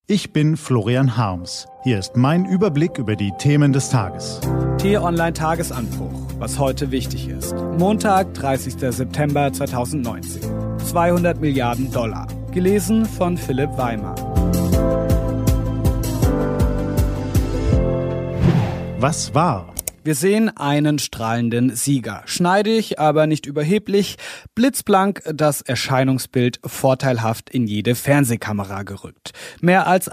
Ich bin Florian Harms. Hier ist mein Überblick über die Themen des Tages. T-Online-Tagesanbruch, was heute wichtig ist. Montag, 30. September 2019. 200 Milliarden Dollar. Gelesen von Philipp Weimar. Was war? Wir sehen einen strahlenden Sieger. Schneidig, aber nicht überheblich, blitzblank, das Erscheinungsbild vorteilhaft in jede Fernsehkamera gerückt. Mehr als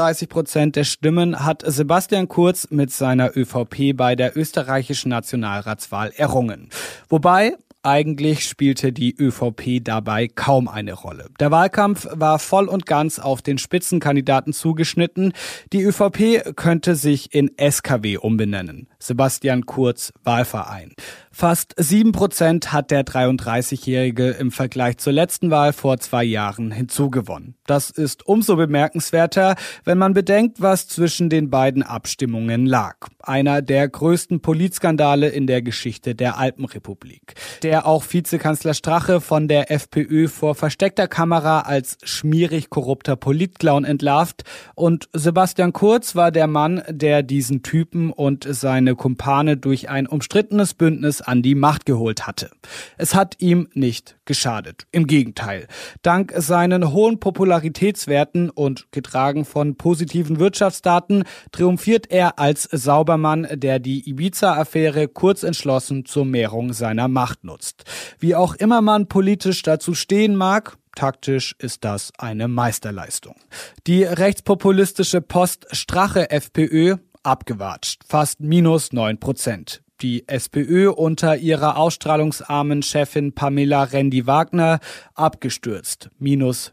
38% der Stimmen hat Sebastian Kurz mit seiner ÖVP bei der österreichischen Nationalratswahl errungen. Wobei, eigentlich spielte die ÖVP dabei kaum eine Rolle. Der Wahlkampf war voll und ganz auf den Spitzenkandidaten zugeschnitten. Die ÖVP könnte sich in SKW umbenennen. Sebastian Kurz Wahlverein. Fast 7% hat der 33-Jährige im Vergleich zur letzten Wahl vor 2 Jahren hinzugewonnen. Das ist umso bemerkenswerter, wenn man bedenkt, was zwischen den beiden Abstimmungen lag. Einer der größten Politskandale in der Geschichte der Alpenrepublik. Der auch Vizekanzler Strache von der FPÖ vor versteckter Kamera als schmierig korrupter Politclown entlarvt. Und Sebastian Kurz war der Mann, der diesen Typen und seine Kumpane durch ein umstrittenes Bündnis an die Macht geholt hatte. Es hat ihm nicht geschadet. Im Gegenteil. Dank seinen hohen Popularitätswerten und getragen von positiven Wirtschaftsdaten triumphiert er als Saubermann, der die Ibiza-Affäre kurzentschlossen zur Mehrung seiner Macht nutzt. Wie auch immer man politisch dazu stehen mag, taktisch ist das eine Meisterleistung. Die rechtspopulistische Post-Strache-FPÖ abgewatscht, fast minus 9%. Die SPÖ unter ihrer ausstrahlungsarmen Chefin Pamela Rendi-Wagner abgestürzt, minus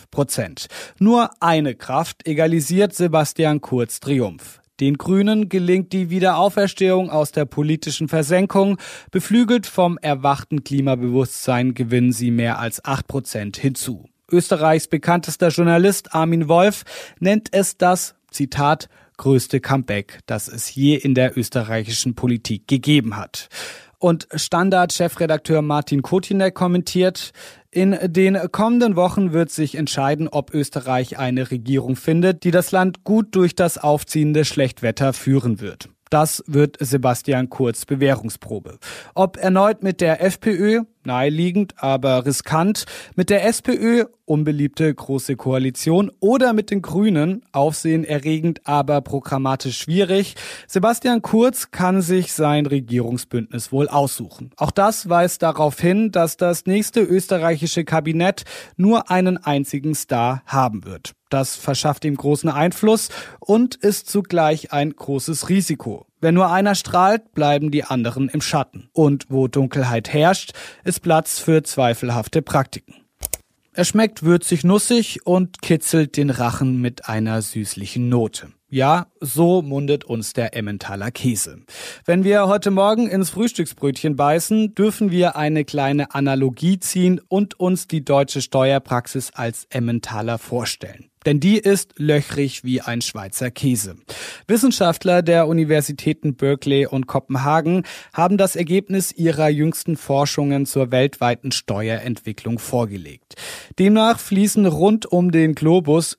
5%. Nur eine Kraft egalisiert Sebastian Kurz Triumph. Den Grünen gelingt die Wiederauferstehung aus der politischen Versenkung. Beflügelt vom erwachten Klimabewusstsein gewinnen sie mehr als 8% hinzu. Österreichs bekanntester Journalist Armin Wolf nennt es das, Zitat, größte Comeback, das es je in der österreichischen Politik gegeben hat. Und Standard-Chefredakteur Martin Kotinek kommentiert, in den kommenden Wochen wird sich entscheiden, ob Österreich eine Regierung findet, die das Land gut durch das aufziehende Schlechtwetter führen wird. Das wird Sebastian Kurz Bewährungsprobe. Ob erneut mit der FPÖ, naheliegend, aber riskant, mit der SPÖ, unbeliebte große Koalition, oder mit den Grünen, aufsehenerregend, aber programmatisch schwierig. Sebastian Kurz kann sich sein Regierungsbündnis wohl aussuchen. Auch das weist darauf hin, dass das nächste österreichische Kabinett nur einen einzigen Star haben wird. Das verschafft ihm großen Einfluss und ist zugleich ein großes Risiko. Wenn nur einer strahlt, bleiben die anderen im Schatten. Und wo Dunkelheit herrscht, ist Platz für zweifelhafte Praktiken. Er schmeckt würzig-nussig und kitzelt den Rachen mit einer süßlichen Note. Ja, so mundet uns der Emmentaler Käse. Wenn wir heute Morgen ins Frühstücksbrötchen beißen, dürfen wir eine kleine Analogie ziehen und uns die deutsche Steuerpraxis als Emmentaler vorstellen. Denn die ist löchrig wie ein Schweizer Käse. Wissenschaftler der Universitäten Berkeley und Kopenhagen haben das Ergebnis ihrer jüngsten Forschungen zur weltweiten Steuerentwicklung vorgelegt. Demnach fließen rund um den Globus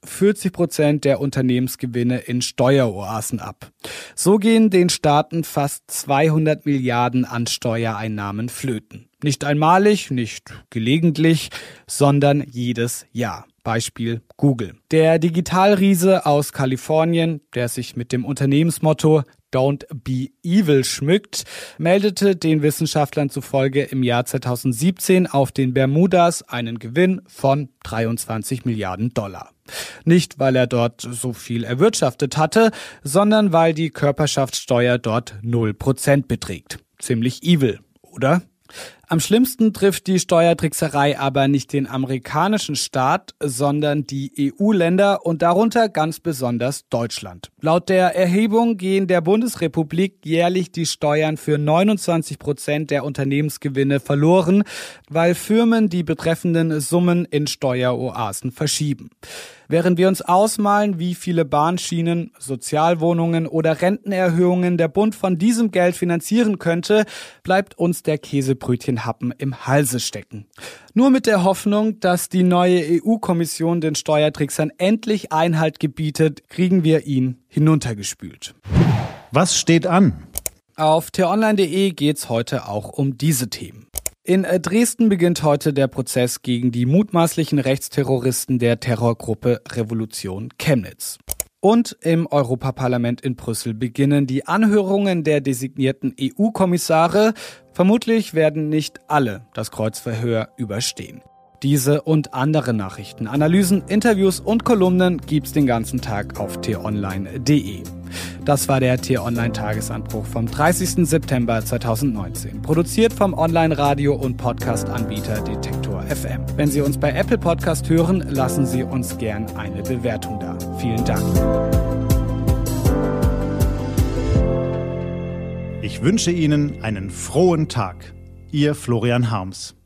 40% der Unternehmensgewinne in Steueroasen ab. So gehen den Staaten fast 200 Milliarden an Steuereinnahmen flöten. Nicht einmalig, nicht gelegentlich, sondern jedes Jahr. Beispiel Google. Der Digitalriese aus Kalifornien, der sich mit dem Unternehmensmotto Don't be evil schmückt, meldete den Wissenschaftlern zufolge im Jahr 2017 auf den Bermudas einen Gewinn von 23 Milliarden Dollar. Nicht, weil er dort so viel erwirtschaftet hatte, sondern weil die Körperschaftssteuer dort 0% beträgt. Ziemlich evil, oder? Am schlimmsten trifft die Steuertrickserei aber nicht den amerikanischen Staat, sondern die EU-Länder und darunter ganz besonders Deutschland. Laut der Erhebung gehen der Bundesrepublik jährlich die Steuern für 29% der Unternehmensgewinne verloren, weil Firmen die betreffenden Summen in Steueroasen verschieben. Während wir uns ausmalen, wie viele Bahnschienen, Sozialwohnungen oder Rentenerhöhungen der Bund von diesem Geld finanzieren könnte, bleibt uns der Käsebrötchen einen Happen im Halse stecken. Nur mit der Hoffnung, dass die neue EU-Kommission den Steuertricksern endlich Einhalt gebietet, kriegen wir ihn hinuntergespült. Was steht an? Auf t-online.de geht's heute auch um diese Themen. In Dresden beginnt heute der Prozess gegen die mutmaßlichen Rechtsterroristen der Terrorgruppe Revolution Chemnitz. Und im Europaparlament in Brüssel beginnen die Anhörungen der designierten EU-Kommissare. Vermutlich werden nicht alle das Kreuzverhör überstehen. Diese und andere Nachrichten, Analysen, Interviews und Kolumnen gibt's den ganzen Tag auf t-online.de. Das war der T-Online-Tagesanbruch vom 30. September 2019. Produziert vom Online-Radio- und Podcast-Anbieter Detektor FM. Wenn Sie uns bei Apple Podcast hören, lassen Sie uns gern eine Bewertung da. Vielen Dank. Ich wünsche Ihnen einen frohen Tag. Ihr Florian Harms.